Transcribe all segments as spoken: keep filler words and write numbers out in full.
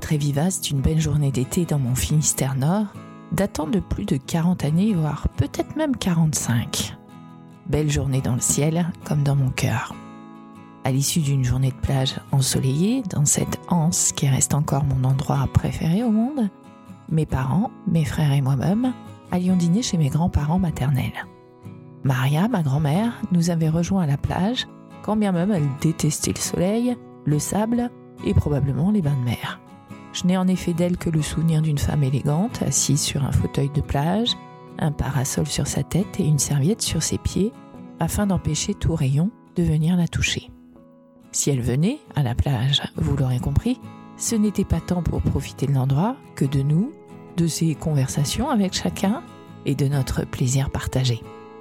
portrait vivace d'une belle journée d'été dans mon Finistère Nord, datant de plus de quarante années, voire peut-être même quarante-cinq. Belle journée dans le ciel, comme dans mon cœur. À l'issue d'une journée de plage ensoleillée, dans cette anse qui reste encore mon endroit préféré au monde, mes parents, mes frères et moi-même allions dîner chez mes grands-parents maternels. Maria, ma grand-mère, nous avait rejoints à la plage, quand bien même elle détestait le soleil, le sable et probablement les bains de mer. Je n'ai en effet d'elle que le souvenir d'une femme élégante, assise sur un fauteuil de plage, un parasol sur sa tête et une serviette sur ses pieds, afin d'empêcher tout rayon de venir la toucher. Si elle venait à la plage, vous l'aurez compris, ce n'était pas tant pour profiter de l'endroit que de nous, de ses conversations avec chacun et de notre plaisir partagé.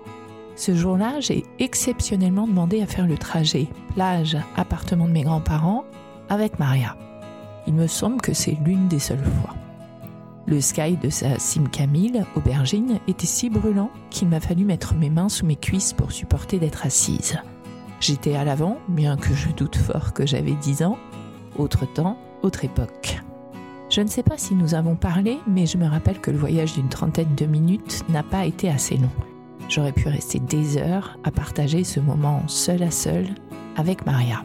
Ce jour-là, j'ai exceptionnellement demandé à faire le trajet plage-appartement de mes grands-parents avec Maria. Il me semble que c'est l'une des seules fois. Le sky de sa Simca mille aubergine était si brûlant qu'il m'a fallu mettre mes mains sous mes cuisses pour supporter d'être assise. J'étais à l'avant, bien que je doute fort que j'avais dix ans. Autre temps, autre époque. Je ne sais pas si nous avons parlé, mais je me rappelle que le voyage d'une trentaine de minutes n'a pas été assez long. J'aurais pu rester des heures à partager ce moment seul à seul avec Maria.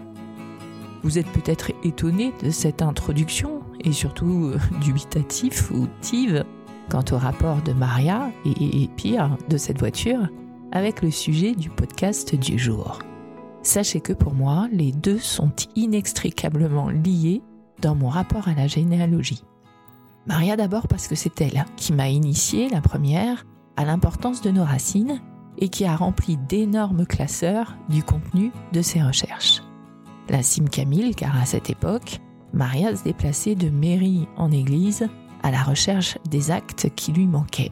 Vous êtes peut-être étonné de cette introduction et surtout euh, dubitatif ou tive quant au rapport de Maria et, et pire de cette voiture avec le sujet du podcast du jour. Sachez que pour moi, les deux sont inextricablement liés dans mon rapport à la généalogie. Maria d'abord parce que c'est elle qui m'a initiée, la première, à l'importance de nos racines et qui a rempli d'énormes classeurs du contenu de ses recherches. La Simca mille, car à cette époque, Maria se déplaçait de mairie en église à la recherche des actes qui lui manquaient.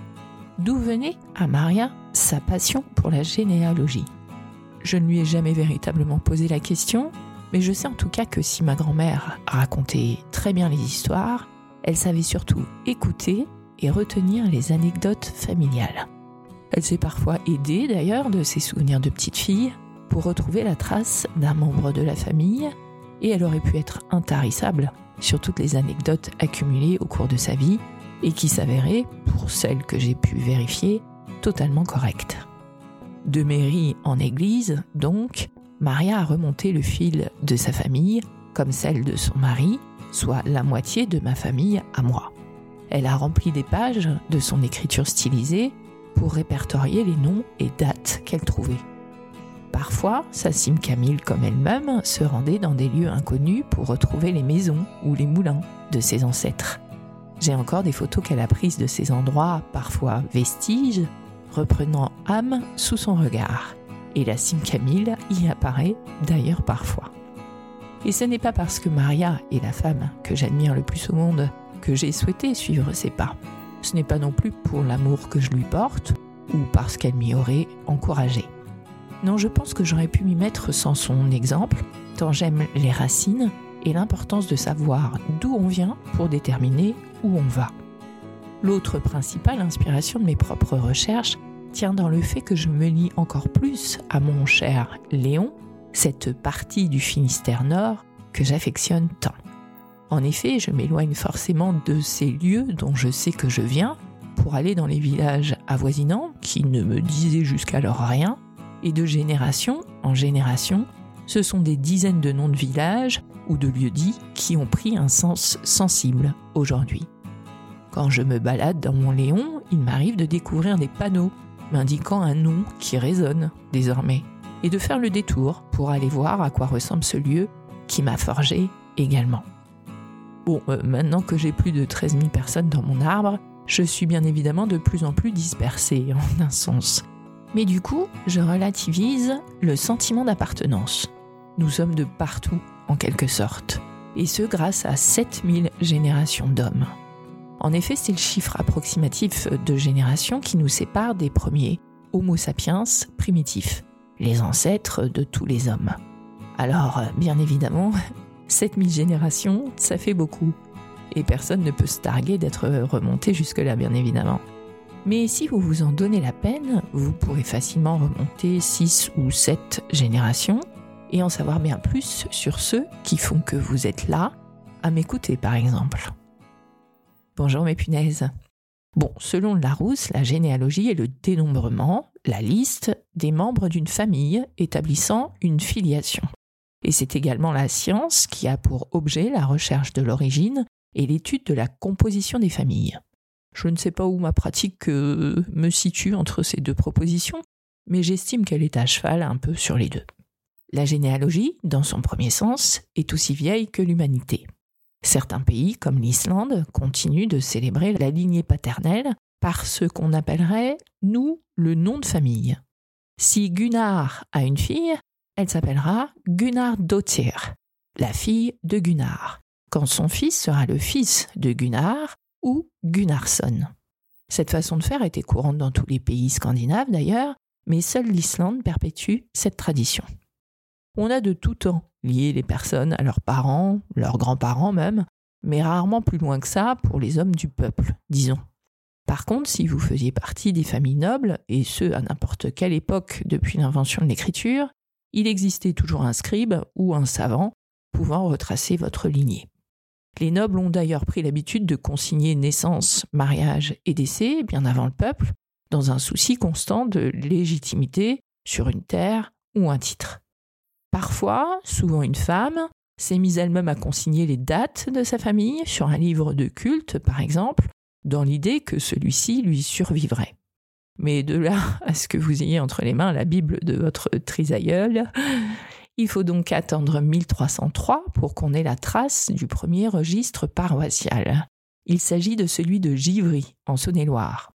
D'où venait à Maria sa passion pour la généalogie ? Je ne lui ai jamais véritablement posé la question, mais je sais en tout cas que si ma grand-mère racontait très bien les histoires, elle savait surtout écouter et retenir les anecdotes familiales. Elle s'est parfois aidée d'ailleurs de ses souvenirs de petite fille pour retrouver la trace d'un membre de la famille, et elle aurait pu être intarissable sur toutes les anecdotes accumulées au cours de sa vie et qui s'avéraient, pour celles que j'ai pu vérifier, totalement correctes. De mairie en église, donc, Maria a remonté le fil de sa famille, comme celle de son mari, soit la moitié de ma famille à moi. Elle a rempli des pages de son écriture stylisée pour répertorier les noms et dates qu'elle trouvait. Parfois, sa Simca mille comme elle-même se rendait dans des lieux inconnus pour retrouver les maisons ou les moulins de ses ancêtres. J'ai encore des photos qu'elle a prises de ces endroits, parfois vestiges, reprenant âme sous son regard. Et la Simca mille y apparaît d'ailleurs parfois. Et ce n'est pas parce que Maria est la femme que j'admire le plus au monde que j'ai souhaité suivre ses pas. Ce n'est pas non plus pour l'amour que je lui porte ou parce qu'elle m'y aurait encouragée. Non, je pense que j'aurais pu m'y mettre sans son exemple, tant j'aime les racines et l'importance de savoir d'où on vient pour déterminer où on va. L'autre principale inspiration de mes propres recherches tient dans le fait que je me lie encore plus à mon cher Léon, cette partie du Finistère Nord que j'affectionne tant. En effet, je m'éloigne forcément de ces lieux dont je sais que je viens pour aller dans les villages avoisinants qui ne me disaient jusqu'alors rien, et de génération en génération, ce sont des dizaines de noms de villages ou de lieux-dits qui ont pris un sens sensible aujourd'hui. Quand je me balade dans mon Léon, il m'arrive de découvrir des panneaux m'indiquant un nom qui résonne désormais, et de faire le détour pour aller voir à quoi ressemble ce lieu qui m'a forgé également. Bon, euh, maintenant que j'ai plus de treize mille personnes dans mon arbre, je suis bien évidemment de plus en plus dispersée en un sens. Mais du coup, je relativise le sentiment d'appartenance. Nous sommes de partout, en quelque sorte, et ce grâce à sept mille générations d'hommes. En effet, c'est le chiffre approximatif de générations qui nous sépare des premiers Homo sapiens primitifs, les ancêtres de tous les hommes. Alors, bien évidemment, sept mille générations, ça fait beaucoup. Et personne ne peut se targuer d'être remonté jusque-là, bien évidemment. Mais si vous vous en donnez la peine, vous pourrez facilement remonter six ou sept générations et en savoir bien plus sur ceux qui font que vous êtes là, à m'écouter par exemple. Bonjour mes punaises. Bon, selon le Larousse, la généalogie est le dénombrement, la liste des membres d'une famille établissant une filiation. Et c'est également la science qui a pour objet la recherche de l'origine et l'étude de la composition des familles. Je ne sais pas où ma pratique euh, me situe entre ces deux propositions, mais j'estime qu'elle est à cheval un peu sur les deux. La généalogie, dans son premier sens, est aussi vieille que l'humanité. Certains pays, comme l'Islande, continuent de célébrer la lignée paternelle par ce qu'on appellerait, nous, le nom de famille. Si Gunnar a une fille, elle s'appellera Gunnardóttir, la fille de Gunnar, quand son fils sera le fils de Gunnar ou Gunnarsson. Cette façon de faire était courante dans tous les pays scandinaves d'ailleurs, mais seule l'Islande perpétue cette tradition. On a de tout temps lié les personnes à leurs parents, leurs grands-parents même, mais rarement plus loin que ça pour les hommes du peuple, disons. Par contre, si vous faisiez partie des familles nobles, et ce à n'importe quelle époque depuis l'invention de l'écriture, il existait toujours un scribe ou un savant pouvant retracer votre lignée. Les nobles ont d'ailleurs pris l'habitude de consigner naissance, mariage et décès bien avant le peuple, dans un souci constant de légitimité sur une terre ou un titre. Parfois, souvent une femme, s'est mise elle-même à consigner les dates de sa famille sur un livre de culte, par exemple, dans l'idée que celui-ci lui survivrait. Mais de là à ce que vous ayez entre les mains la Bible de votre trisaïeul, il faut donc attendre mille trois cent trois pour qu'on ait la trace du premier registre paroissial. Il s'agit de celui de Givry, en Saône-et-Loire.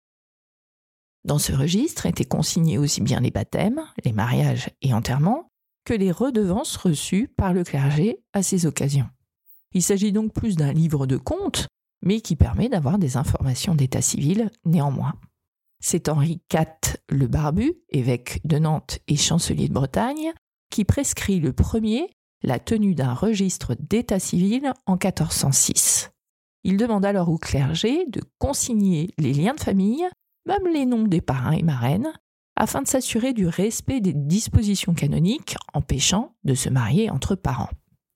Dans ce registre étaient consignés aussi bien les baptêmes, les mariages et enterrements, que les redevances reçues par le clergé à ces occasions. Il s'agit donc plus d'un livre de comptes, mais qui permet d'avoir des informations d'état civil néanmoins. C'est Henri quatre le Barbu, évêque de Nantes et chancelier de Bretagne, qui prescrit le premier la tenue d'un registre d'état civil en quatorze cent six. Il demande alors au clergé de consigner les liens de famille, même les noms des parrains et marraines, afin de s'assurer du respect des dispositions canoniques empêchant de se marier entre parents.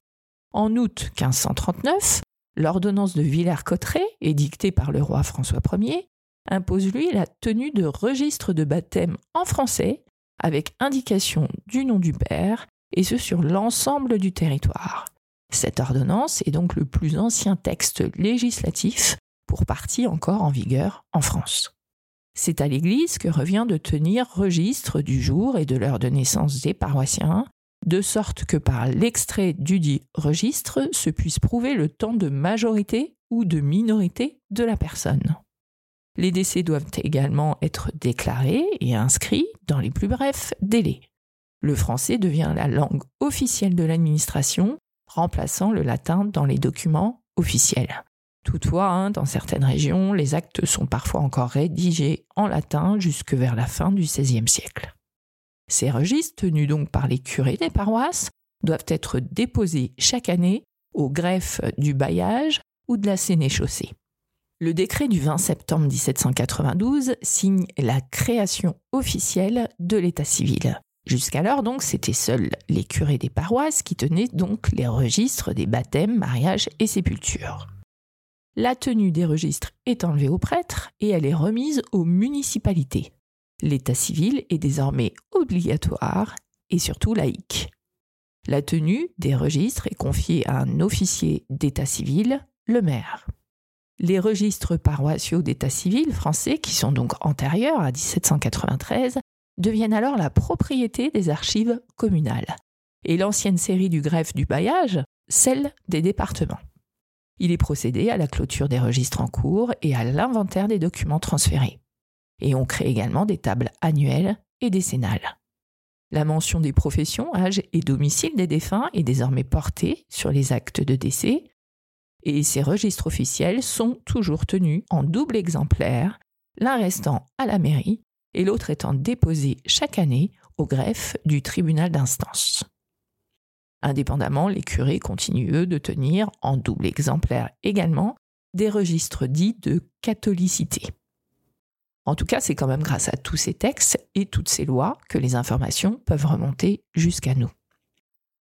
En août quinze cent trente-neuf, l'ordonnance de Villers-Cotterêts, édictée par le roi François Ier, impose lui la tenue de registre de baptême en français avec indication du nom du père, et ce sur l'ensemble du territoire. Cette ordonnance est donc le plus ancien texte législatif, pour partie encore en vigueur en France. C'est à l'Église que revient de tenir registre du jour et de l'heure de naissance des paroissiens, de sorte que par l'extrait dudit registre se puisse prouver le temps de majorité ou de minorité de la personne. Les décès doivent également être déclarés et inscrits dans les plus brefs délais. Le français devient la langue officielle de l'administration, remplaçant le latin dans les documents officiels. Toutefois, hein, dans certaines régions, les actes sont parfois encore rédigés en latin jusque vers la fin du seizième siècle. Ces registres, tenus donc par les curés des paroisses, doivent être déposés chaque année au greffe du bailliage ou de la sénéchaussée. Le décret du vingt septembre dix-sept cent quatre-vingt-douze signe la création officielle de l'état civil. Jusqu'alors, donc, c'étaient seuls les curés des paroisses qui tenaient donc les registres des baptêmes, mariages et sépultures. La tenue des registres est enlevée aux prêtres et elle est remise aux municipalités. L'état civil est désormais obligatoire et surtout laïque. La tenue des registres est confiée à un officier d'état civil, le maire. Les registres paroissiaux d'état civil français, qui sont donc antérieurs à dix-sept cent quatre-vingt-treize, deviennent alors la propriété des archives communales. Et l'ancienne série du greffe du bailliage, celle des départements. Il est procédé à la clôture des registres en cours et à l'inventaire des documents transférés. Et on crée également des tables annuelles et décennales. La mention des professions, âge et domicile des défunts est désormais portée sur les actes de décès, et ces registres officiels sont toujours tenus en double exemplaire, l'un restant à la mairie et l'autre étant déposé chaque année au greffe du tribunal d'instance. Indépendamment, les curés continuent, eux, de tenir, en double exemplaire également, des registres dits de catholicité. En tout cas, c'est quand même grâce à tous ces textes et toutes ces lois que les informations peuvent remonter jusqu'à nous.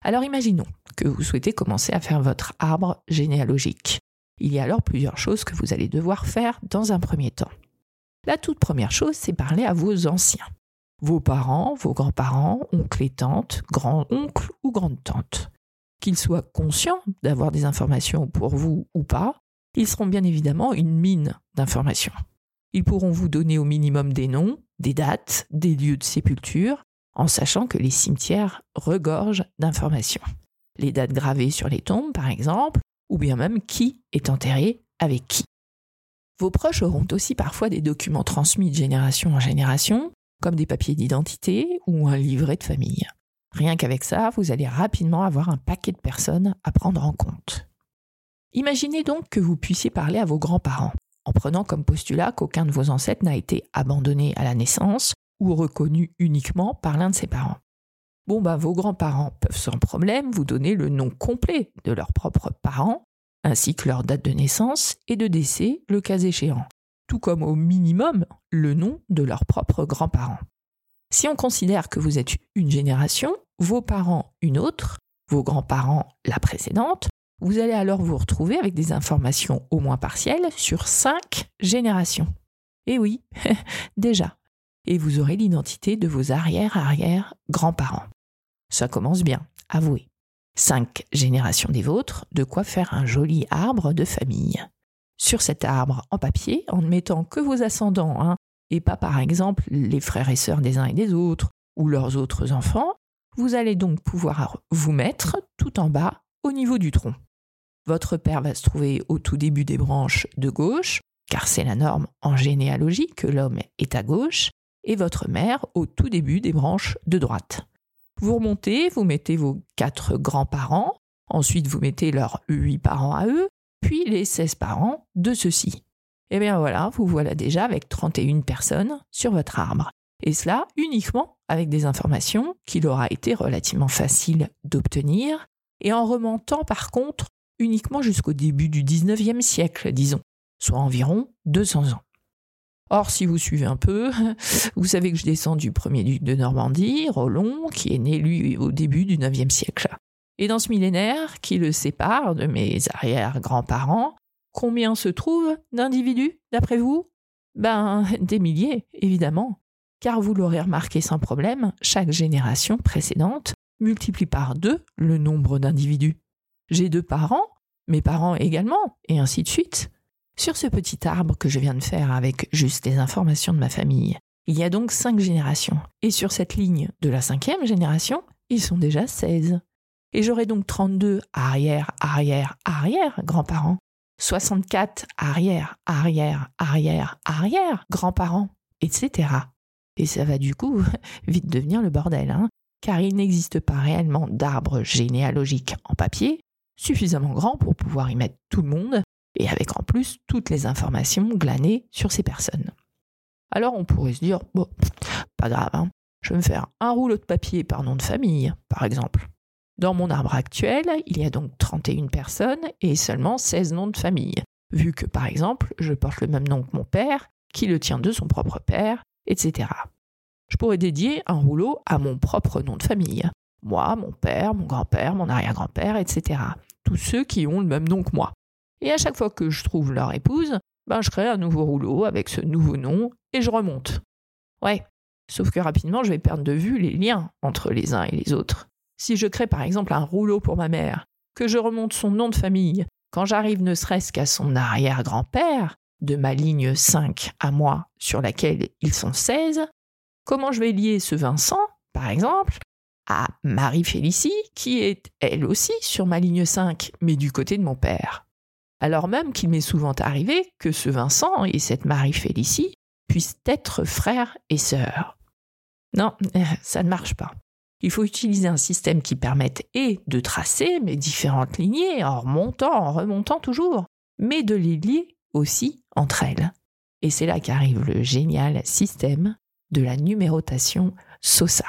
Alors imaginons que vous souhaitez commencer à faire votre arbre généalogique. Il y a alors plusieurs choses que vous allez devoir faire dans un premier temps. La toute première chose, c'est parler à vos anciens. Vos parents, vos grands-parents, oncles et tantes, grands-oncles ou grandes-tantes. Qu'ils soient conscients d'avoir des informations pour vous ou pas, ils seront bien évidemment une mine d'informations. Ils pourront vous donner au minimum des noms, des dates, des lieux de sépulture, en sachant que les cimetières regorgent d'informations. Les dates gravées sur les tombes, par exemple, ou bien même qui est enterré avec qui. Vos proches auront aussi parfois des documents transmis de génération en génération, comme des papiers d'identité ou un livret de famille. Rien qu'avec ça, vous allez rapidement avoir un paquet de personnes à prendre en compte. Imaginez donc que vous puissiez parler à vos grands-parents, en prenant comme postulat qu'aucun de vos ancêtres n'a été abandonné à la naissance ou reconnu uniquement par l'un de ses parents. Bon, ben, vos grands-parents peuvent sans problème vous donner le nom complet de leurs propres parents, ainsi que leur date de naissance et de décès, le cas échéant, tout comme au minimum le nom de leurs propres grands-parents. Si on considère que vous êtes une génération, vos parents une autre, vos grands-parents la précédente, vous allez alors vous retrouver avec des informations au moins partielles sur cinq générations. Et oui, déjà. Et vous aurez l'identité de vos arrière-arrière-grands-parents. Ça commence bien, avouez. Cinq générations des vôtres, de quoi faire un joli arbre de famille. Sur cet arbre en papier, en ne mettant que vos ascendants, hein, et pas par exemple les frères et sœurs des uns et des autres, ou leurs autres enfants, vous allez donc pouvoir vous mettre tout en bas au niveau du tronc. Votre père va se trouver au tout début des branches de gauche, car c'est la norme en généalogie que l'homme est à gauche, et votre mère au tout début des branches de droite. Vous remontez, vous mettez vos quatre grands-parents, ensuite vous mettez leurs huit parents à eux, puis les seize parents de ceux-ci. Et bien voilà, vous voilà déjà avec trente et une personnes sur votre arbre. Et cela uniquement avec des informations qu'il aura été relativement facile d'obtenir, et en remontant par contre uniquement jusqu'au début du dix-neuvième siècle, disons, soit environ deux cents ans. Or, si vous suivez un peu, vous savez que je descends du premier duc de Normandie, Rollon, qui est né, lui, au début du neuvième siècle. Et dans ce millénaire qui le sépare de mes arrière-grands-parents, combien se trouve d'individus, d'après vous ? Ben, des milliers, évidemment. Car vous l'aurez remarqué sans problème, chaque génération précédente multiplie par deux le nombre d'individus. J'ai deux parents, mes parents également, et ainsi de suite. Sur ce petit arbre que je viens de faire avec juste les informations de ma famille, il y a donc cinq générations. Et sur cette ligne de la cinquième génération, ils sont déjà seize. Et j'aurai donc trente-deux arrière, arrière, arrière grands-parents, soixante-quatre arrière, arrière, arrière, arrière grands-parents, et cetera. Et ça va du coup vite devenir le bordel, hein, car il n'existe pas réellement d'arbre généalogique en papier suffisamment grand pour pouvoir y mettre tout le monde, et avec en plus toutes les informations glanées sur ces personnes. Alors on pourrait se dire, bon, pas grave, hein, je vais me faire un rouleau de papier par nom de famille, par exemple. Dans mon arbre actuel, il y a donc trente et une personnes et seulement seize noms de famille, vu que par exemple, je porte le même nom que mon père, qui le tient de son propre père, et cetera. Je pourrais dédier un rouleau à mon propre nom de famille. Moi, mon père, mon grand-père, mon arrière-grand-père, et cetera. Tous ceux qui ont le même nom que moi. Et à chaque fois que je trouve leur épouse, ben je crée un nouveau rouleau avec ce nouveau nom et je remonte. Ouais, sauf que rapidement, je vais perdre de vue les liens entre les uns et les autres. Si je crée par exemple un rouleau pour ma mère, que je remonte son nom de famille, quand j'arrive ne serait-ce qu'à son arrière-grand-père, de ma ligne cinq à moi, sur laquelle ils sont seize, comment je vais lier ce Vincent, par exemple, à Marie-Félicie, qui est elle aussi sur ma ligne cinq, mais du côté de mon père. Alors même qu'il m'est souvent arrivé que ce Vincent et cette Marie-Félicie puissent être frères et sœurs. Non, ça ne marche pas. Il faut utiliser un système qui permette et de tracer mes différentes lignées en remontant, en remontant toujours, mais de les lier aussi entre elles. Et c'est là qu'arrive le génial système de la numérotation SOSA.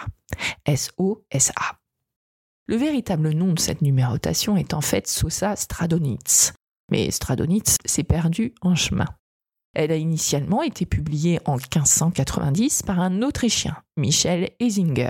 S O S A. Le véritable nom de cette numérotation est en fait Sosa Stradonitz. Mais Stradonitz s'est perdu en chemin. Elle a initialement été publiée en quinze cent quatre-vingt-dix par un Autrichien, Michel Hesinger,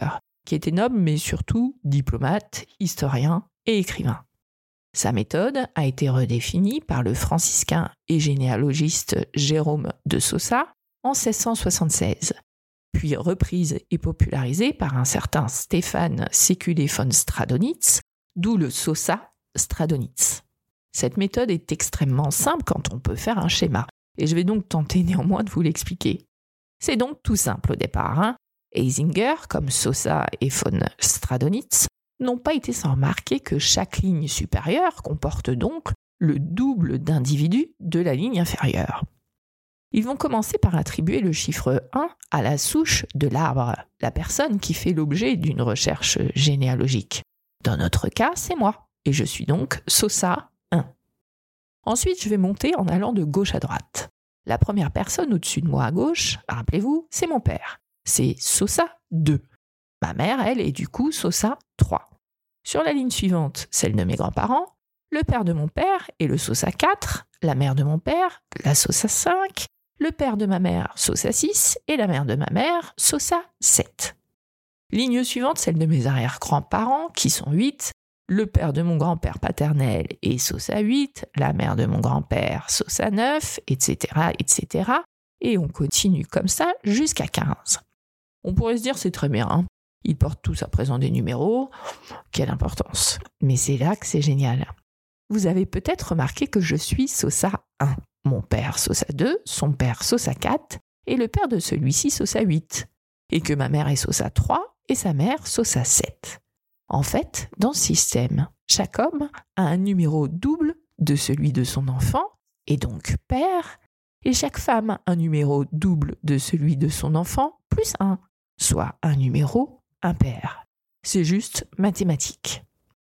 qui était noble mais surtout diplomate, historien et écrivain. Sa méthode a été redéfinie par le franciscain et généalogiste Jérôme de Saussa en seize cent soixante-seize, puis reprise et popularisée par un certain Stéphane Séculé von Stradonitz, d'où le Saussa Stradonitz. Cette méthode est extrêmement simple quand on peut faire un schéma, et je vais donc tenter néanmoins de vous l'expliquer. C'est donc tout simple au départ. Hein. Eisinger, comme Saussa et von Stradonitz, n'ont pas été sans remarquer que chaque ligne supérieure comporte donc le double d'individus de la ligne inférieure. Ils vont commencer par attribuer le chiffre un à la souche de l'arbre, la personne qui fait l'objet d'une recherche généalogique. Dans notre cas, c'est moi, et je suis donc Saussa un. Ensuite, je vais monter en allant de gauche à droite. La première personne au-dessus de moi à gauche, rappelez-vous, c'est mon père. C'est Saussa deux. Ma mère, elle, est du coup Saussa trois. Sur la ligne suivante, celle de mes grands-parents, le père de mon père est le Saussa quatre, la mère de mon père, la Saussa cinq, le père de ma mère, Saussa six, et la mère de ma mère, Saussa sept. Ligne suivante, celle de mes arrière-grands-parents, qui sont huit, le père de mon grand-père paternel est Saussa huit, la mère de mon grand-père, Saussa neuf, et cetera, et cetera. Et on continue comme ça jusqu'à quinze. On pourrait se dire, c'est très bien, hein. Ils portent tous à présent des numéros, quelle importance. Mais c'est là que c'est génial. Vous avez peut-être remarqué que je suis Saussa un, mon père Saussa deux, son père Saussa quatre, et le père de celui-ci Saussa huit, et que ma mère est Saussa trois, et sa mère Saussa sept. En fait, dans ce système, chaque homme a un numéro double de celui de son enfant, et donc père, et chaque femme un numéro double de celui de son enfant, plus un, soit un numéro impair. C'est juste mathématique.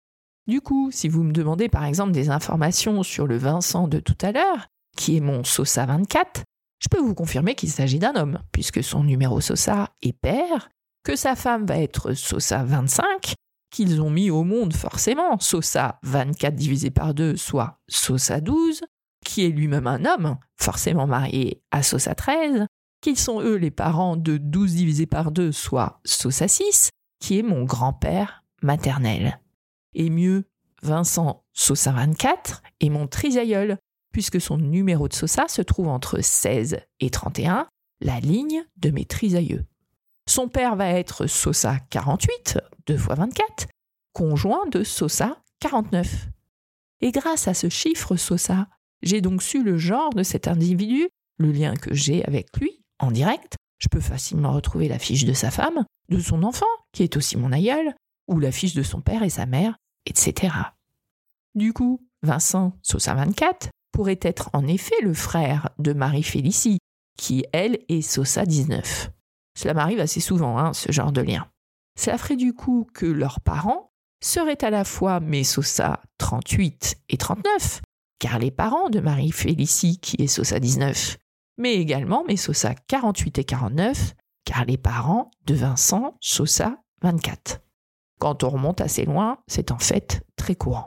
Du coup, si vous me demandez par exemple des informations sur le Vincent de tout à l'heure, qui est mon Saussa vingt-quatre, je peux vous confirmer qu'il s'agit d'un homme, puisque son numéro Saussa est pair, que sa femme va être Saussa vingt-cinq, qu'ils ont mis au monde forcément Saussa vingt-quatre divisé par deux, soit Saussa douze, qui est lui-même un homme, forcément marié à Saussa treize, qu'ils sont eux les parents de douze divisé par deux, soit Saussa six, qui est mon grand-père maternel. Et mieux, Vincent Saussa vingt-quatre est mon trisaïeul, puisque son numéro de Saussa se trouve entre seize et trente et un, la ligne de mes trisaïeux. Son père va être Saussa quarante-huit, deux fois vingt-quatre, conjoint de Saussa quarante-neuf. Et grâce à ce chiffre Saussa, j'ai donc su le genre de cet individu, le lien que j'ai avec lui, en direct. Je peux facilement retrouver la fiche de sa femme, de son enfant, qui est aussi mon aïeul, ou la fiche de son père et sa mère, et cetera. Du coup, Vincent Saussa vingt-quatre pourrait être en effet le frère de Marie-Félicie, qui, elle, est Saussa dix-neuf. Cela m'arrive assez souvent, hein, ce genre de lien. Cela ferait du coup que leurs parents seraient à la fois mes Saussa trente-huit et trente-neuf, car les parents de Marie-Félicie, qui est Saussa dix-neuf, mais également mes Saussa quarante-huit et quarante-neuf, car les parents de Vincent Saussa vingt-quatre. Quand on remonte assez loin, c'est en fait très courant.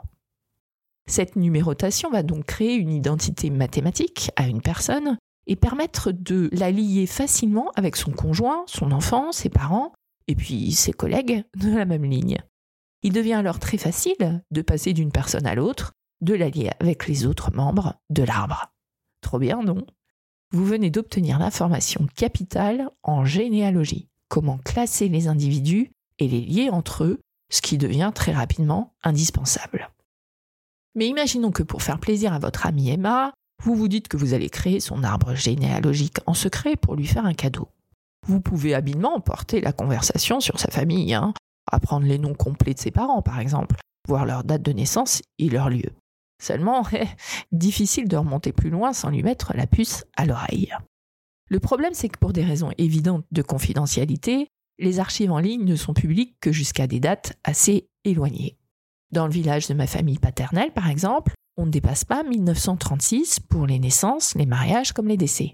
Cette numérotation va donc créer une identité mathématique à une personne et permettre de la lier facilement avec son conjoint, son enfant, ses parents et puis ses collègues de la même ligne. Il devient alors très facile de passer d'une personne à l'autre, de la lier avec les autres membres de l'arbre. Trop bien, non ? Vous venez d'obtenir l'information capitale en généalogie. Comment classer les individus et les lier entre eux, ce qui devient très rapidement indispensable. Mais imaginons que pour faire plaisir à votre amie Emma, vous vous dites que vous allez créer son arbre généalogique en secret pour lui faire un cadeau. Vous pouvez habilement porter la conversation sur sa famille, hein, apprendre les noms complets de ses parents par exemple, voir leur date de naissance et leur lieu. Seulement, difficile de remonter plus loin sans lui mettre la puce à l'oreille. Le problème, c'est que pour des raisons évidentes de confidentialité, les archives en ligne ne sont publiques que jusqu'à des dates assez éloignées. Dans le village de ma famille paternelle, par exemple, on ne dépasse pas mille neuf cent trente-six pour les naissances, les mariages comme les décès.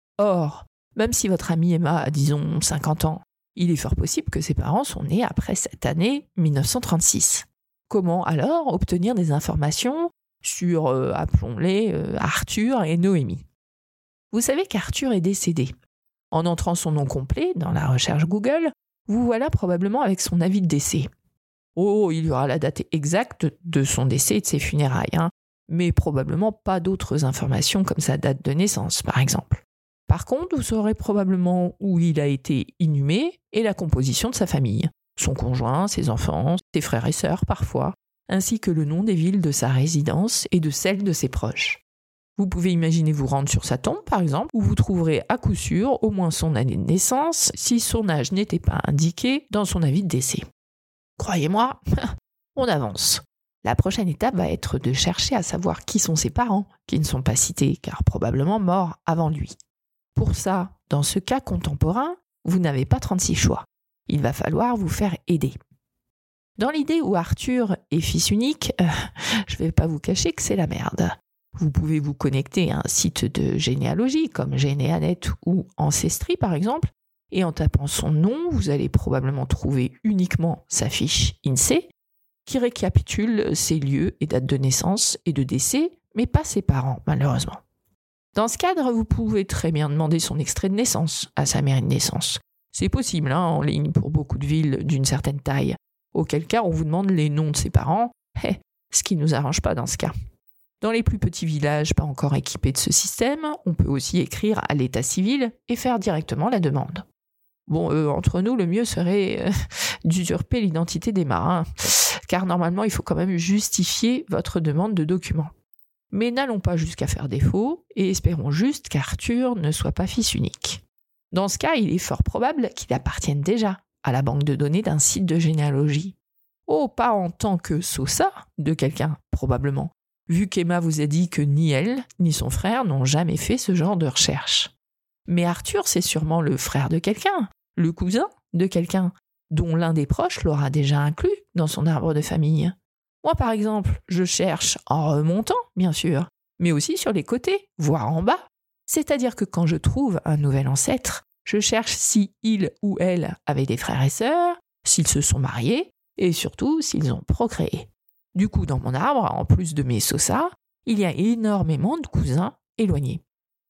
Or, même si votre amie Emma a, disons, cinquante ans, il est fort possible que ses parents sont nés après cette année mille neuf cent trente-six. Comment alors obtenir des informations sur, euh, appelons-les, euh, Arthur et Noémie ? Vous savez qu'Arthur est décédé. En entrant son nom complet dans la recherche Google, vous voilà probablement avec son avis de décès. Oh, il y aura la date exacte de son décès et de ses funérailles, hein, mais probablement pas d'autres informations comme sa date de naissance, par exemple. Par contre, vous saurez probablement où il a été inhumé et la composition de sa famille, son conjoint, ses enfants, ses frères et sœurs parfois, ainsi que le nom des villes de sa résidence et de celles de ses proches. Vous pouvez imaginer vous rendre sur sa tombe, par exemple, où vous trouverez à coup sûr au moins son année de naissance si son âge n'était pas indiqué dans son avis de décès. Croyez-moi, on avance. La prochaine étape va être de chercher à savoir qui sont ses parents, qui ne sont pas cités, car probablement morts avant lui. Pour ça, dans ce cas contemporain, vous n'avez pas trente-six choix. Il va falloir vous faire aider. Dans l'idée où Arthur est fils unique, euh, je ne vais pas vous cacher que c'est la merde. Vous pouvez vous connecter à un site de généalogie comme Généanet ou Ancestry par exemple, et en tapant son nom, vous allez probablement trouver uniquement sa fiche INSEE qui récapitule ses lieux et dates de naissance et de décès, mais pas ses parents malheureusement. Dans ce cadre, vous pouvez très bien demander son extrait de naissance à sa mairie de naissance. C'est possible hein, en ligne pour beaucoup de villes d'une certaine taille, auquel cas on vous demande les noms de ses parents, eh, ce qui ne nous arrange pas dans ce cas. Dans les plus petits villages pas encore équipés de ce système, on peut aussi écrire à l'état civil et faire directement la demande. Bon, euh, entre nous, le mieux serait euh, d'usurper l'identité des marins, car normalement, il faut quand même justifier votre demande de documents. Mais n'allons pas jusqu'à faire défaut et espérons juste qu'Arthur ne soit pas fils unique. Dans ce cas, il est fort probable qu'il appartienne déjà à la banque de données d'un site de généalogie. Oh, pas en tant que Sosa de quelqu'un, probablement, vu qu'Emma vous a dit que ni elle, ni son frère n'ont jamais fait ce genre de recherche. Mais Arthur, c'est sûrement le frère de quelqu'un, le cousin de quelqu'un, dont l'un des proches l'aura déjà inclus dans son arbre de famille. Moi, par exemple, je cherche en remontant, bien sûr, mais aussi sur les côtés, voire en bas. C'est-à-dire que quand je trouve un nouvel ancêtre, je cherche si il ou elle avait des frères et sœurs, s'ils se sont mariés, et surtout s'ils ont procréé. Du coup, dans mon arbre, en plus de mes Sosa, il y a énormément de cousins éloignés.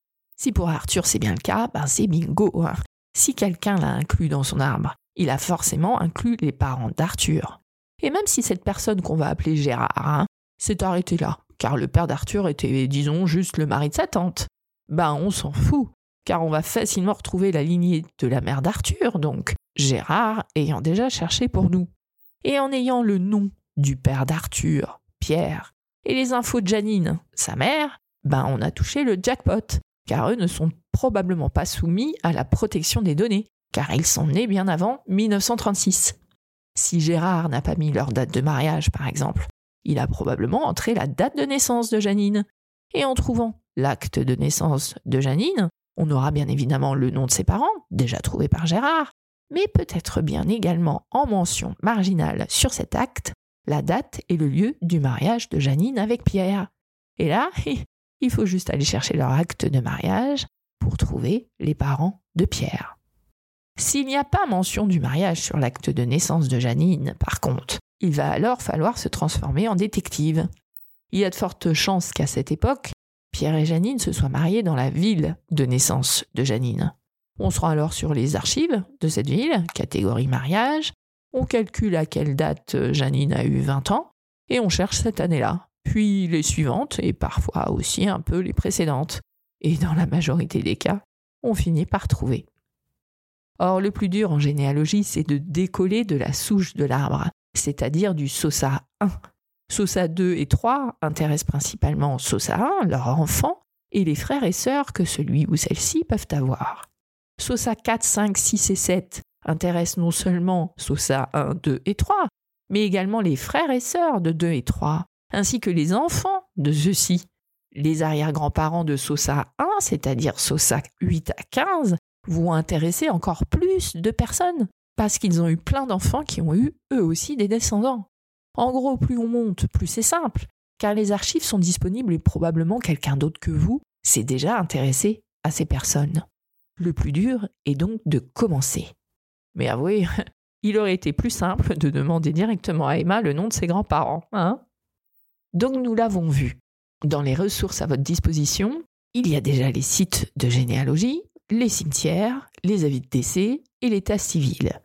Si pour Arthur c'est bien le cas, ben c'est bingo. Hein. Si quelqu'un l'a inclus dans son arbre, il a forcément inclus les parents d'Arthur. Et même si cette personne qu'on va appeler Gérard hein, s'est arrêtée là, car le père d'Arthur était, disons, juste le mari de sa tante, ben on s'en fout, car on va facilement retrouver la lignée de la mère d'Arthur, donc Gérard ayant déjà cherché pour nous. Et en ayant le nom du père d'Arthur, Pierre, et les infos de Janine, sa mère, ben on a touché le jackpot, car eux ne sont probablement pas soumis à la protection des données, car ils sont nés bien avant dix-neuf cent trente-six. Si Gérard n'a pas mis leur date de mariage, par exemple, il a probablement entré la date de naissance de Janine. Et en trouvant l'acte de naissance de Janine, on aura bien évidemment le nom de ses parents, déjà trouvé par Gérard, mais peut-être bien également en mention marginale sur cet acte, la date et le lieu du mariage de Janine avec Pierre. Et là, il faut juste aller chercher leur acte de mariage pour trouver les parents de Pierre. S'il n'y a pas mention du mariage sur l'acte de naissance de Janine, par contre, il va alors falloir se transformer en détective. Il y a de fortes chances qu'à cette époque, Pierre et Janine se soient mariés dans la ville de naissance de Janine. On sera alors sur les archives de cette ville, catégorie mariage, on calcule à quelle date Janine a eu vingt ans, et on cherche cette année-là, puis les suivantes, et parfois aussi un peu les précédentes. Et dans la majorité des cas, on finit par trouver. Or, le plus dur en généalogie, c'est de décoller de la souche de l'arbre, c'est-à-dire du Sosa un. Sosa deux et trois intéressent principalement Sosa un, leur enfant, et les frères et sœurs que celui ou celle-ci peuvent avoir. Sosa quatre, cinq, six et sept intéressent non seulement Sosa un, deux et trois, mais également les frères et sœurs de deux et trois, ainsi que les enfants de ceux-ci. Les arrière-grands-parents de Sosa un, c'est-à-dire Sosa huit à quinze, vont intéresser encore plus de personnes, parce qu'ils ont eu plein d'enfants qui ont eu eux aussi des descendants. En gros, plus on monte, plus c'est simple, car les archives sont disponibles et probablement quelqu'un d'autre que vous s'est déjà intéressé à ces personnes. Le plus dur est donc de commencer. Mais avouez, il aurait été plus simple de demander directement à Emma le nom de ses grands-parents, hein ? Donc nous l'avons vu. Dans les ressources à votre disposition, il y a déjà les sites de généalogie, les cimetières, les avis de décès et l'état civil.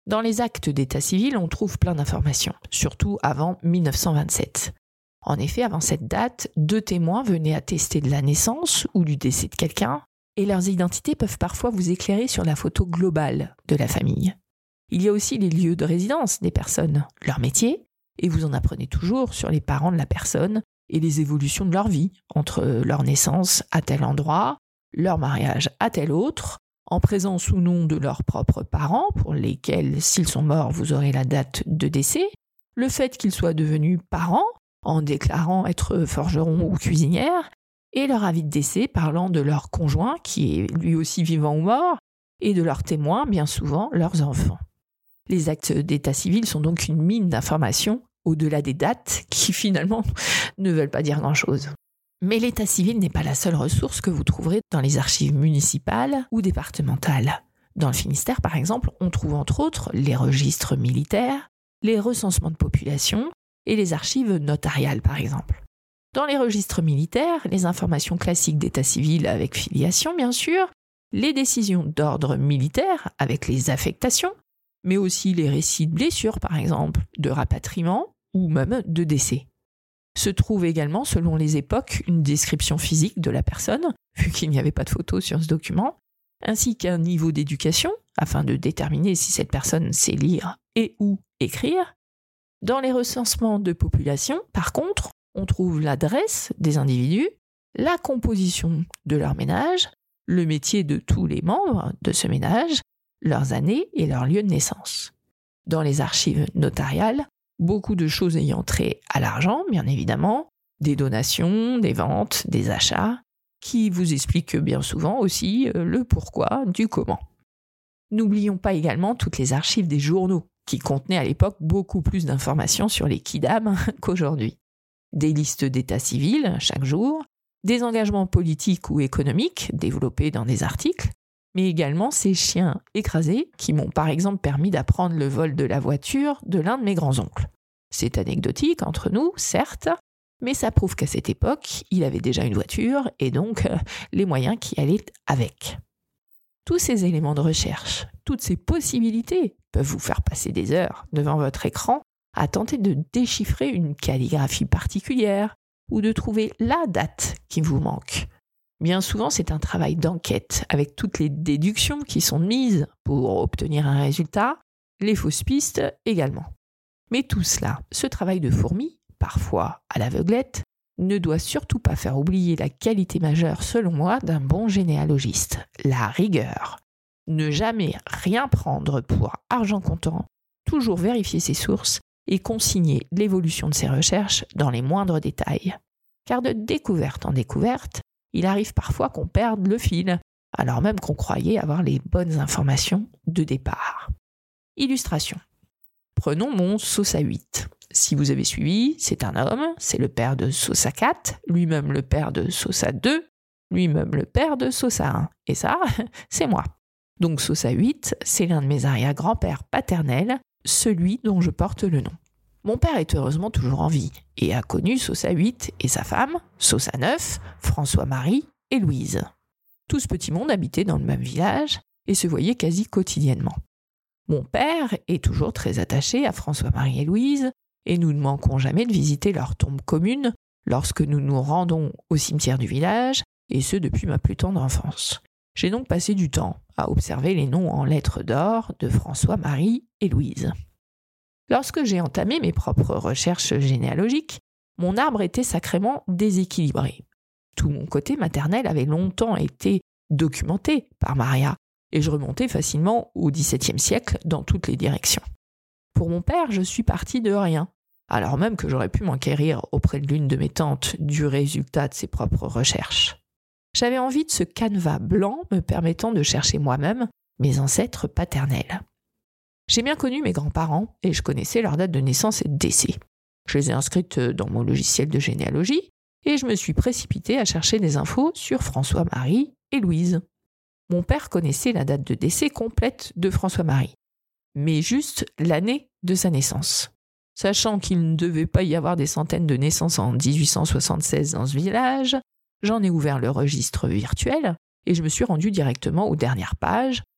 Dans les actes d'état civil, on trouve plein d'informations, surtout avant mille neuf cent vingt-sept. En effet, avant cette date, deux témoins venaient attester de la naissance ou du décès de quelqu'un, et leurs identités peuvent parfois vous éclairer sur la photo globale de la famille. Il y a aussi les lieux de résidence des personnes, leur métier, et vous en apprenez toujours sur les parents de la personne et les évolutions de leur vie, entre leur naissance à tel endroit, leur mariage à tel autre, en présence ou non de leurs propres parents, pour lesquels, s'ils sont morts, vous aurez la date de décès, le fait qu'ils soient devenus parents, en déclarant être forgeron ou cuisinière, et leur avis de décès parlant de leur conjoint, qui est lui aussi vivant ou mort, et de leurs témoins, bien souvent leurs enfants. Les actes d'état civil sont donc une mine d'informations, au-delà des dates, qui finalement ne veulent pas dire grand-chose. Mais l'état civil n'est pas la seule ressource que vous trouverez dans les archives municipales ou départementales. Dans le Finistère, par exemple, on trouve entre autres les registres militaires, les recensements de population et les archives notariales, par exemple. Dans les registres militaires, les informations classiques d'état civil avec filiation, bien sûr, les décisions d'ordre militaire avec les affectations, mais aussi les récits de blessures, par exemple, de rapatriement ou même de décès. Se trouve également, selon les époques, une description physique de la personne, vu qu'il n'y avait pas de photos sur ce document, ainsi qu'un niveau d'éducation, afin de déterminer si cette personne sait lire et ou écrire. Dans les recensements de population, par contre, on trouve l'adresse des individus, la composition de leur ménage, le métier de tous les membres de ce ménage, leurs années et leur lieu de naissance. Dans les archives notariales, beaucoup de choses ayant trait à l'argent, bien évidemment, des donations, des ventes, des achats, qui vous expliquent bien souvent aussi le pourquoi du comment. N'oublions pas également toutes les archives des journaux, qui contenaient à l'époque beaucoup plus d'informations sur les kidams qu'aujourd'hui. Des listes d'état civil chaque jour, des engagements politiques ou économiques développés dans des articles, mais également ces chiens écrasés qui m'ont par exemple permis d'apprendre le vol de la voiture de l'un de mes grands-oncles. C'est anecdotique entre nous, certes, mais ça prouve qu'à cette époque, il avait déjà une voiture et donc euh, les moyens qui allaient avec. Tous ces éléments de recherche, toutes ces possibilités peuvent vous faire passer des heures devant votre écran à tenter de déchiffrer une calligraphie particulière ou de trouver la date qui vous manque. Bien souvent, c'est un travail d'enquête avec toutes les déductions qui sont mises pour obtenir un résultat, les fausses pistes également. Mais tout cela, ce travail de fourmi, parfois à l'aveuglette, ne doit surtout pas faire oublier la qualité majeure, selon moi, d'un bon généalogiste, la rigueur. Ne jamais rien prendre pour argent comptant, toujours vérifier ses sources et consigner l'évolution de ses recherches dans les moindres détails. Car de découverte en découverte, il arrive parfois qu'on perde le fil, alors même qu'on croyait avoir les bonnes informations de départ. Illustration. Prenons mon Sosa huit. Si vous avez suivi, c'est un homme, c'est le père de Sosa quatre, lui-même le père de Sosa deux, lui-même le père de Sosa un. Et ça, c'est moi. Donc Sosa huit, c'est l'un de mes arrière-grands-pères paternels, celui dont je porte le nom. Mon père est heureusement toujours en vie et a connu Sosa huit et sa femme, Sosa neuf, François-Marie et Louise. Tout ce petit monde habitait dans le même village et se voyait quasi quotidiennement. Mon père est toujours très attaché à François-Marie et Louise et nous ne manquons jamais de visiter leur tombe commune lorsque nous nous rendons au cimetière du village, et ce depuis ma plus tendre enfance. J'ai donc passé du temps à observer les noms en lettres d'or de François-Marie et Louise. Lorsque j'ai entamé mes propres recherches généalogiques, mon arbre était sacrément déséquilibré. Tout mon côté maternel avait longtemps été documenté par Maria, et je remontais facilement au dix-septième siècle dans toutes les directions. Pour mon père, je suis partie de rien, alors même que j'aurais pu m'enquérir auprès de l'une de mes tantes du résultat de ses propres recherches. J'avais envie de ce canevas blanc me permettant de chercher moi-même mes ancêtres paternels. J'ai bien connu mes grands-parents et je connaissais leur date de naissance et de décès. Je les ai inscrites dans mon logiciel de généalogie et je me suis précipitée à chercher des infos sur François-Marie et Louise. Mon père connaissait la date de décès complète de François-Marie, mais juste l'année de sa naissance. Sachant qu'il ne devait pas y avoir des centaines de naissances en dix-huit cent soixante-seize dans ce village, j'en ai ouvert le registre virtuel et je me suis rendue directement aux dernières pages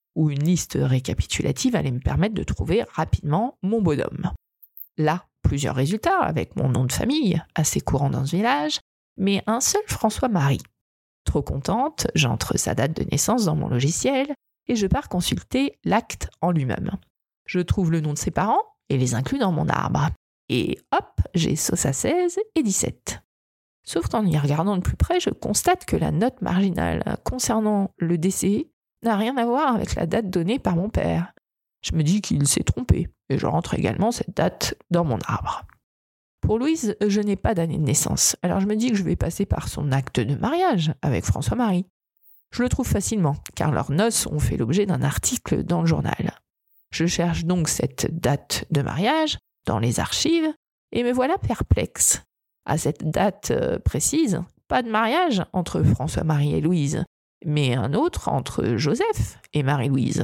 où une liste récapitulative allait me permettre de trouver rapidement mon bonhomme. Là, plusieurs résultats avec mon nom de famille, assez courant dans ce village, mais un seul François-Marie. Trop contente, j'entre sa date de naissance dans mon logiciel et je pars consulter l'acte en lui-même. Je trouve le nom de ses parents et les inclus dans mon arbre. Et hop, j'ai Sosa seize et dix-sept. Sauf qu'en y regardant de plus près, je constate que la note marginale concernant le décès n'a rien à voir avec la date donnée par mon père. Je me dis qu'il s'est trompé et je rentre également cette date dans mon arbre. Pour Louise, je n'ai pas d'année de naissance, alors je me dis que je vais passer par son acte de mariage avec François-Marie. Je le trouve facilement, car leurs noces ont fait l'objet d'un article dans le journal. Je cherche donc cette date de mariage dans les archives et me voilà perplexe. À cette date précise, pas de mariage entre François-Marie et Louise, mais un autre entre Joseph et Marie-Louise.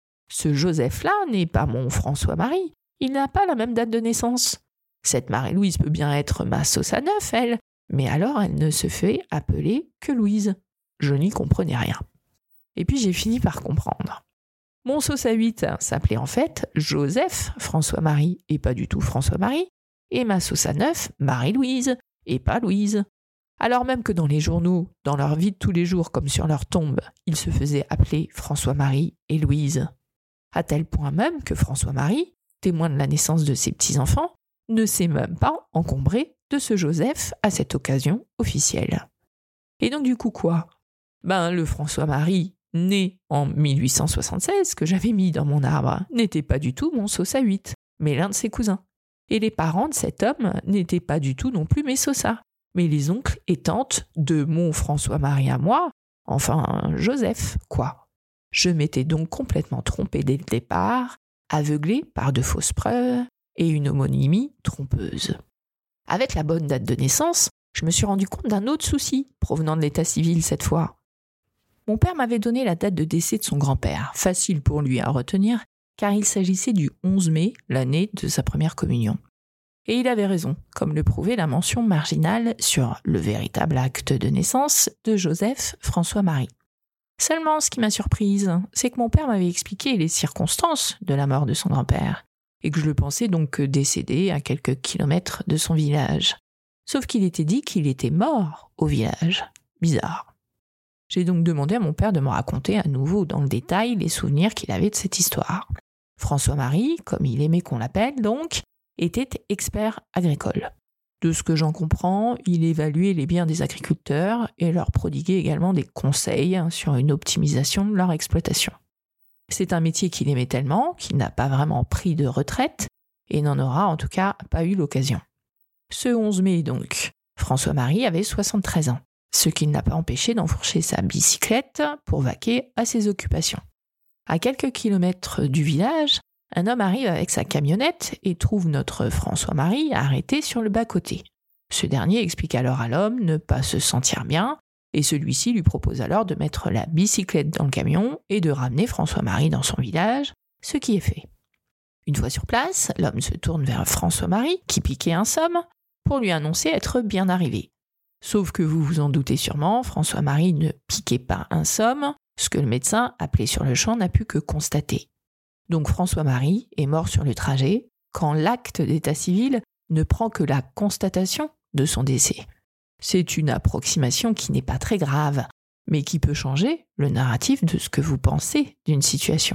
Ce Joseph-là n'est pas mon François-Marie, il n'a pas la même date de naissance. Cette Marie-Louise peut bien être ma Sosa neuf, elle, mais alors elle ne se fait appeler que Louise. Je n'y comprenais rien. Et puis j'ai fini par comprendre. Mon Sosa huit s'appelait en fait Joseph François-Marie, et pas du tout François-Marie, et ma Sosa neuf, Marie-Louise, et pas Louise. Alors même que dans les journaux, dans leur vie de tous les jours comme sur leur tombe, ils se faisaient appeler François-Marie et Louise. À tel point même que François-Marie, témoin de la naissance de ses petits-enfants, ne s'est même pas encombré de ce Joseph à cette occasion officielle. Et donc du coup quoi ? Ben le François-Marie, né en mille huit cent soixante-seize, que j'avais mis dans mon arbre, n'était pas du tout mon Sosa huit, mais l'un de ses cousins. Et les parents de cet homme n'étaient pas du tout non plus mes Sosa, mais les oncles et tantes de mon François-Marie à moi, enfin Joseph, quoi. Je m'étais donc complètement trompée dès le départ, aveuglée par de fausses preuves et une homonymie trompeuse. Avec la bonne date de naissance, je me suis rendu compte d'un autre souci, provenant de l'état civil cette fois. Mon père m'avait donné la date de décès de son grand-père, facile pour lui à retenir, car il s'agissait du onze mai, l'année de sa première communion. Et il avait raison, comme le prouvait la mention marginale sur le véritable acte de naissance de Joseph François-Marie. Seulement, ce qui m'a surprise, c'est que mon père m'avait expliqué les circonstances de la mort de son grand-père, et que je le pensais donc décédé à quelques kilomètres de son village. Sauf qu'il était dit qu'il était mort au village. Bizarre. J'ai donc demandé à mon père de me raconter à nouveau dans le détail les souvenirs qu'il avait de cette histoire. François-Marie, comme il aimait qu'on l'appelle donc, était expert agricole. De ce que j'en comprends, il évaluait les biens des agriculteurs et leur prodiguait également des conseils sur une optimisation de leur exploitation. C'est un métier qu'il aimait tellement qu'il n'a pas vraiment pris de retraite et n'en aura en tout cas pas eu l'occasion. Ce onze mai donc, François-Marie avait soixante-treize ans, ce qui ne l'a pas empêché d'enfourcher sa bicyclette pour vaquer à ses occupations. À quelques kilomètres du village, un homme arrive avec sa camionnette et trouve notre François-Marie arrêté sur le bas-côté. Ce dernier explique alors à l'homme ne pas se sentir bien et celui-ci lui propose alors de mettre la bicyclette dans le camion et de ramener François-Marie dans son village, ce qui est fait. Une fois sur place, l'homme se tourne vers François-Marie, qui piquait un somme, pour lui annoncer être bien arrivé. Sauf que vous vous en doutez sûrement, François-Marie ne piquait pas un somme, ce que le médecin, appelé sur le champ, n'a pu que constater. Donc François-Marie est mort sur le trajet, quand l'acte d'état civil ne prend que la constatation de son décès. C'est une approximation qui n'est pas très grave, mais qui peut changer le narratif de ce que vous pensez d'une situation.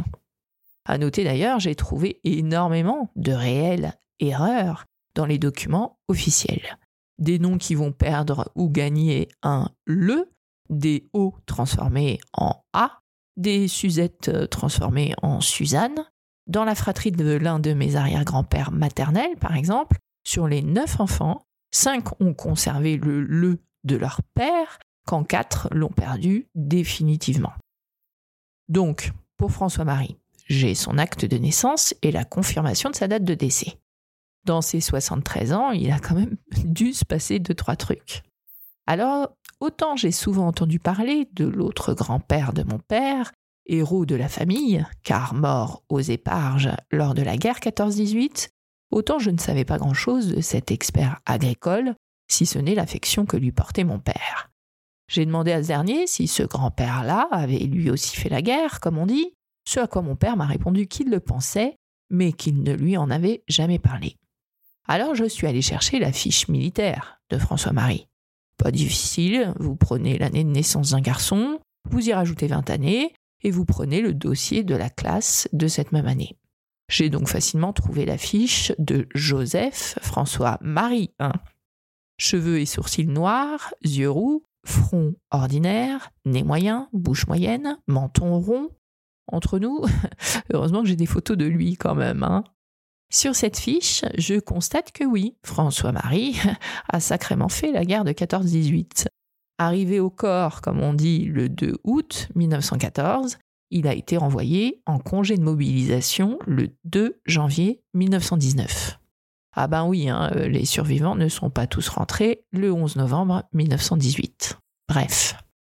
À noter d'ailleurs, j'ai trouvé énormément de réelles erreurs dans les documents officiels. Des noms qui vont perdre ou gagner un « le », des « o » transformés en « a », des Suzettes transformées en Suzanne. Dans la fratrie de l'un de mes arrière-grands-pères maternels, par exemple, sur les neuf enfants, cinq ont conservé le « le » de leur père, quand quatre l'ont perdu définitivement. Donc, pour François-Marie, j'ai son acte de naissance et la confirmation de sa date de décès. Dans ses soixante-treize ans, il a quand même dû se passer deux, trois trucs. Alors, autant j'ai souvent entendu parler de l'autre grand-père de mon père, héros de la famille, car mort aux Éparges lors de la guerre quatorze dix-huit, autant je ne savais pas grand-chose de cet expert agricole, si ce n'est l'affection que lui portait mon père. J'ai demandé à ce dernier si ce grand-père-là avait lui aussi fait la guerre, comme on dit, Ce à quoi mon père m'a répondu qu'il le pensait, mais qu'il ne lui en avait jamais parlé. Alors je suis allée chercher la fiche militaire de François-Marie. Pas difficile, vous prenez l'année de naissance d'un garçon, vous y rajoutez vingt années, et vous prenez le dossier de la classe de cette même année. J'ai donc facilement trouvé la fiche de Joseph François-Marie I. Cheveux et sourcils noirs, yeux roux, front ordinaire, nez moyen, bouche moyenne, menton rond. Entre nous, heureusement que j'ai des photos de lui quand même. Hein. Sur cette fiche, je constate que oui, François-Marie a sacrément fait la guerre de quatorze dix-huit. Arrivé au corps, comme on dit, le deux août mille neuf cent quatorze, il a été renvoyé en congé de mobilisation le deux janvier mille neuf cent dix-neuf. Ah ben oui, hein, les survivants ne sont pas tous rentrés le onze novembre mille neuf cent dix-huit. Bref.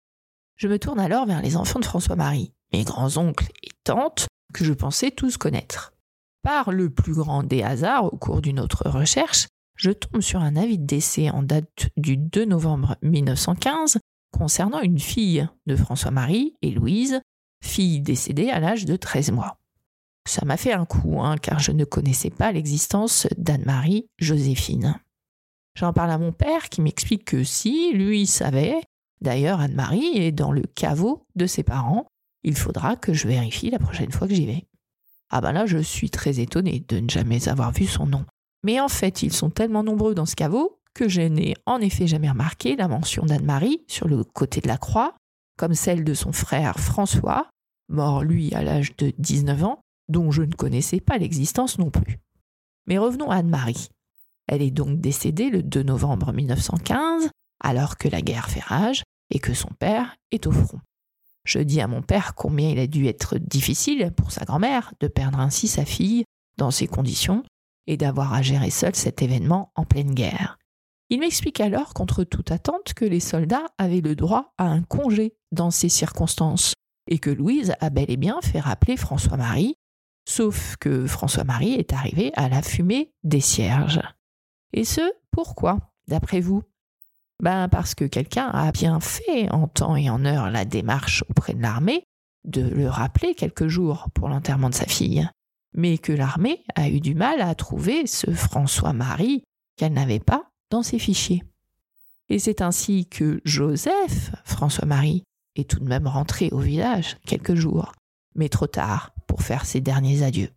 Je me tourne alors vers les enfants de François-Marie, mes grands-oncles et tantes, que je pensais tous connaître. Par le plus grand des hasards, au cours d'une autre recherche, je tombe sur un avis de décès en date du deux novembre mille neuf cent quinze concernant une fille de François-Marie et Louise, fille décédée à l'âge de treize mois. Ça m'a fait un coup, hein, car je ne connaissais pas l'existence d'Anne-Marie Joséphine. J'en parle à mon père qui m'explique que si, lui savait, d'ailleurs Anne-Marie est dans le caveau de ses parents, il faudra que je vérifie la prochaine fois que j'y vais. Ah ben là, je suis très étonnée de ne jamais avoir vu son nom. Mais en fait, ils sont tellement nombreux dans ce caveau que je n'ai en effet jamais remarqué la mention d'Anne-Marie sur le côté de la croix, comme celle de son frère François, mort lui à l'âge de dix-neuf ans, dont je ne connaissais pas l'existence non plus. Mais revenons à Anne-Marie. Elle est donc décédée le deux novembre mille neuf cent quinze, alors que la guerre fait rage et que son père est au front. Je dis à mon père combien il a dû être difficile pour sa grand-mère de perdre ainsi sa fille dans ces conditions et d'avoir à gérer seul cet événement en pleine guerre. Il m'explique alors, contre toute attente, que les soldats avaient le droit à un congé dans ces circonstances et que Louise a bel et bien fait rappeler François-Marie, sauf que François-Marie est arrivé à la fumée des cierges. Et ce, pourquoi, d'après vous ? Ben parce que quelqu'un a bien fait en temps et en heure la démarche auprès de l'armée de le rappeler quelques jours pour l'enterrement de sa fille, mais que l'armée a eu du mal à trouver ce François-Marie qu'elle n'avait pas dans ses fichiers. Et c'est ainsi que Joseph François-Marie est tout de même rentré au village quelques jours, mais trop tard pour faire ses derniers adieux.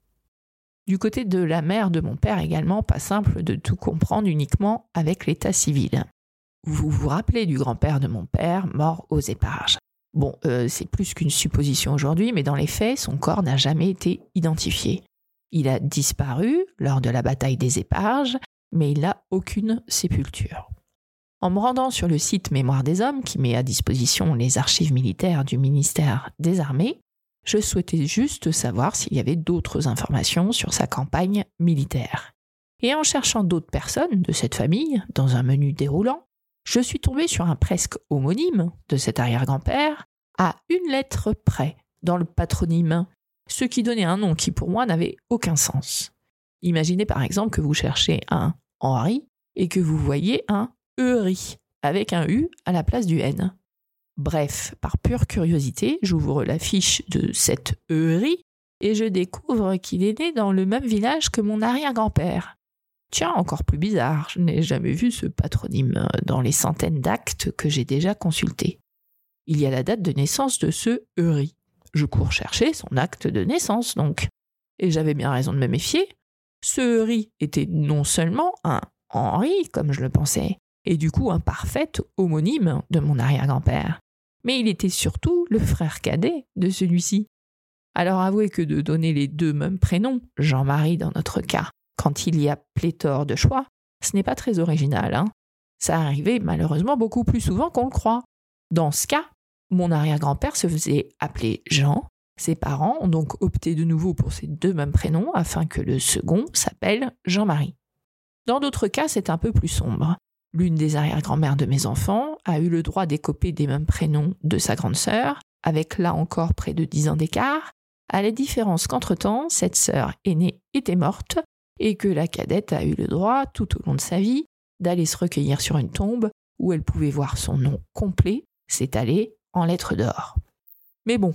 Du côté de la mère de mon père également, pas simple de tout comprendre uniquement avec l'état civil. Vous vous rappelez du grand-père de mon père, mort aux Éparges. Bon, euh, c'est plus qu'une supposition aujourd'hui, mais dans les faits, son corps n'a jamais été identifié. Il a disparu lors de la bataille des Éparges, mais il n'a aucune sépulture. En me rendant sur le site Mémoire des Hommes, qui met à disposition les archives militaires du ministère des Armées, je souhaitais juste savoir s'il y avait d'autres informations sur sa campagne militaire. Et en cherchant d'autres personnes de cette famille, dans un menu déroulant, je suis tombée sur un presque homonyme de cet arrière-grand-père, à une lettre près dans le patronyme, ce qui donnait un nom qui pour moi n'avait aucun sens. Imaginez par exemple que vous cherchez un Henri et que vous voyez un Eury, avec un U à la place du N. Bref, par pure curiosité, j'ouvre la fiche de cet Eury et je découvre qu'il est né dans le même village que mon arrière-grand-père. Tiens, encore plus bizarre, je n'ai jamais vu ce patronyme dans les centaines d'actes que j'ai déjà consultés. Il y a la date de naissance de ce Eury. Je cours chercher son acte de naissance, donc. Et j'avais bien raison de me méfier. Ce Eury était non seulement un Henri, comme je le pensais, et du coup un parfait homonyme de mon arrière-grand-père, mais il était surtout le frère cadet de celui-ci. Alors avouez que de donner les deux mêmes prénoms, Jean-Marie dans notre cas, quand il y a pléthore de choix, ce n'est pas très original. Hein. Ça arrivait malheureusement beaucoup plus souvent qu'on le croit. Dans ce cas, mon arrière-grand-père se faisait appeler Jean. Ses parents ont donc opté de nouveau pour ces deux mêmes prénoms afin que le second s'appelle Jean-Marie. Dans d'autres cas, c'est un peu plus sombre. L'une des arrière-grand-mères de mes enfants a eu le droit d'écoper des mêmes prénoms de sa grande sœur, avec là encore près de dix ans d'écart, à la différence qu'entre-temps, cette sœur aînée était morte et que la cadette a eu le droit, tout au long de sa vie, d'aller se recueillir sur une tombe où elle pouvait voir son nom complet s'étaler en lettres d'or. Mais bon,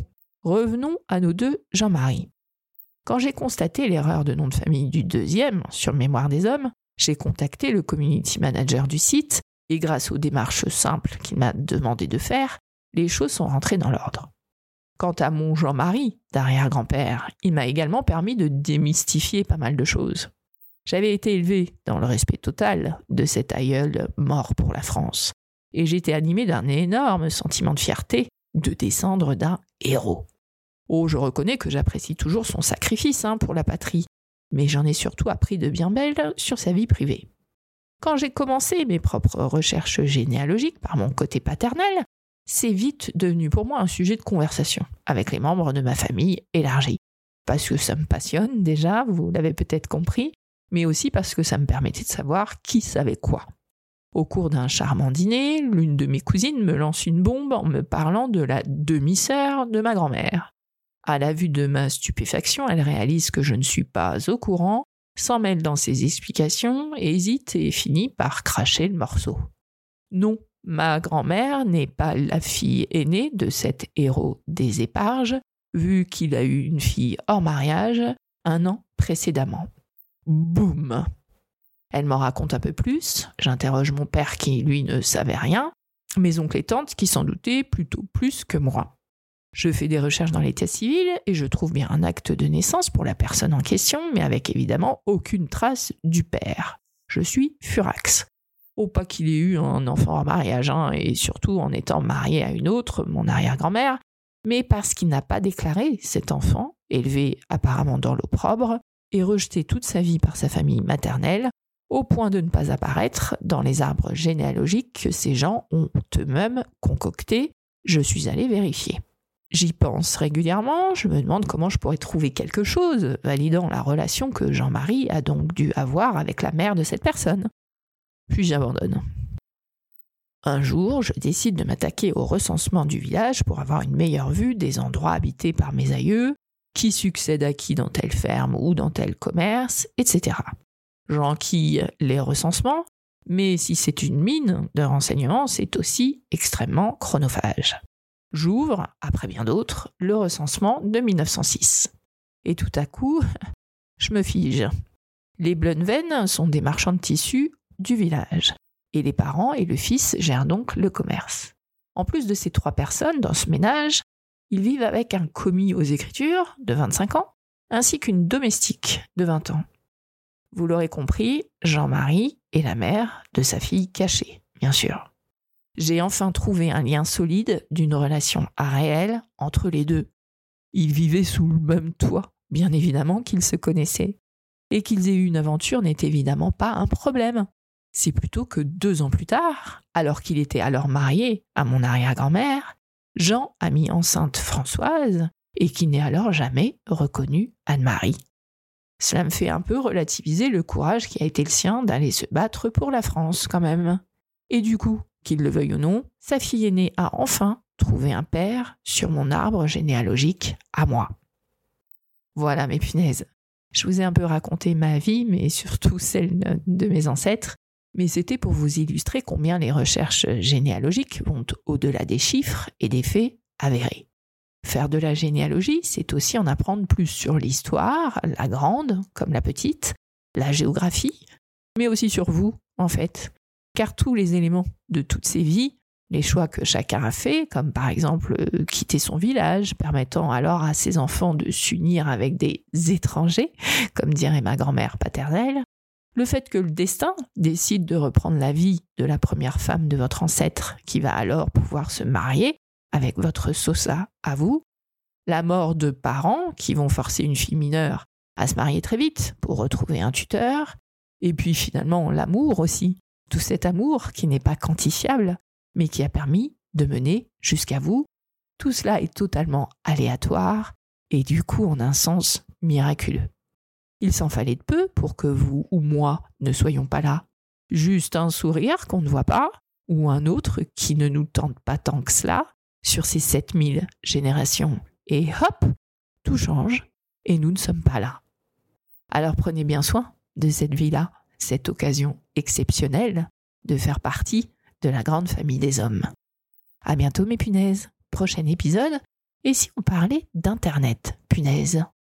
Revenons à nos deux Jean-Marie. Quand j'ai constaté l'erreur de nom de famille du deuxième sur Mémoire des hommes, j'ai contacté le community manager du site et grâce aux démarches simples qu'il m'a demandé de faire, les choses sont rentrées dans l'ordre. Quant à mon Jean-Marie, d'arrière-grand-père, il m'a également permis de démystifier pas mal de choses. J'avais été élevé dans le respect total de cet aïeul mort pour la France, et j'étais animé d'un énorme sentiment de fierté de descendre d'un héros. Oh, je reconnais que j'apprécie toujours son sacrifice hein, pour la patrie, mais j'en ai surtout appris de bien belles sur sa vie privée. Quand j'ai commencé mes propres recherches généalogiques par mon côté paternel, c'est vite devenu pour moi un sujet de conversation avec les membres de ma famille élargie. Parce que ça me passionne déjà, vous l'avez peut-être compris, mais aussi parce que ça me permettait de savoir qui savait quoi. Au cours d'un charmant dîner, l'une de mes cousines me lance une bombe en me parlant de la demi-sœur de ma grand-mère. À la vue de ma stupéfaction, elle réalise que je ne suis pas au courant, s'en mêle dans ses explications, hésite et finit par cracher le morceau. Non, ma grand-mère n'est pas la fille aînée de cet héros des éparges, vu qu'il a eu une fille hors mariage un an précédemment. Boum! Elle m'en raconte un peu plus, j'interroge mon père qui, lui, ne savait rien, mes oncles et tantes qui s'en doutaient plutôt plus que moi. Je fais des recherches dans l'état civil et je trouve bien un acte de naissance pour la personne en question, mais avec évidemment aucune trace du père. Je suis furax. Oh, pas qu'il ait eu un enfant en mariage, hein, et surtout en étant marié à une autre, mon arrière-grand-mère, mais parce qu'il n'a pas déclaré cet enfant, élevé apparemment dans l'opprobre, et rejeté toute sa vie par sa famille maternelle, au point de ne pas apparaître dans les arbres généalogiques que ces gens ont eux-mêmes concoctés. Je suis allée vérifier. J'y pense régulièrement, je me demande comment je pourrais trouver quelque chose validant la relation que Jean-Marie a donc dû avoir avec la mère de cette personne. Puis j'abandonne. Un jour, je décide de m'attaquer au recensement du village pour avoir une meilleure vue des endroits habités par mes aïeux, qui succède à qui dans telle ferme ou dans tel commerce, et cetera. J'enquille les recensements, mais si c'est une mine de renseignements, c'est aussi extrêmement chronophage. J'ouvre, après bien d'autres, le recensement de mille neuf cent six. Et tout à coup, je me fige. Les Blunven sont des marchands de tissus du village, et les parents et le fils gèrent donc le commerce. En plus de ces trois personnes dans ce ménage, ils vivent avec un commis aux écritures de vingt-cinq ans, ainsi qu'une domestique de vingt ans. Vous l'aurez compris, Jean-Marie est la mère de sa fille cachée, bien sûr. J'ai enfin trouvé un lien solide d'une relation réelle entre les deux. Ils vivaient sous le même toit, bien évidemment qu'ils se connaissaient. Et qu'ils aient eu une aventure n'est évidemment pas un problème. C'est plutôt que deux ans plus tard, alors qu'il était alors marié à mon arrière-grand-mère, Jean a mis enceinte Françoise et qui n'est alors jamais reconnu Anne-Marie. Cela me fait un peu relativiser le courage qui a été le sien d'aller se battre pour la France quand même. Et du coup, qu'il le veuille ou non, sa fille aînée a enfin trouvé un père sur mon arbre généalogique à moi. Voilà mes punaises. Je vous ai un peu raconté ma vie, mais surtout celle de mes ancêtres, mais c'était pour vous illustrer combien les recherches généalogiques vont au-delà des chiffres et des faits avérés. Faire de la généalogie, c'est aussi en apprendre plus sur l'histoire, la grande comme la petite, la géographie, mais aussi sur vous, en fait. Car tous les éléments de toutes ces vies, les choix que chacun a faits, comme par exemple euh, quitter son village, permettant alors à ses enfants de s'unir avec des étrangers, comme dirait ma grand-mère paternelle, le fait que le destin décide de reprendre la vie de la première femme de votre ancêtre, qui va alors pouvoir se marier avec votre sosa à vous, la mort de parents qui vont forcer une fille mineure à se marier très vite pour retrouver un tuteur, et puis finalement l'amour aussi, tout cet amour qui n'est pas quantifiable, mais qui a permis de mener jusqu'à vous. Tout cela est totalement aléatoire et du coup en un sens miraculeux. Il s'en fallait de peu pour que vous ou moi ne soyons pas là. Juste un sourire qu'on ne voit pas, ou un autre qui ne nous tente pas tant que cela, sur ces sept mille générations. Et hop, tout change et nous ne sommes pas là. Alors prenez bien soin de cette vie-là, cette occasion exceptionnelle de faire partie de la grande famille des hommes. À bientôt mes punaises, prochain épisode, Et si on parlait d'Internet, punaise?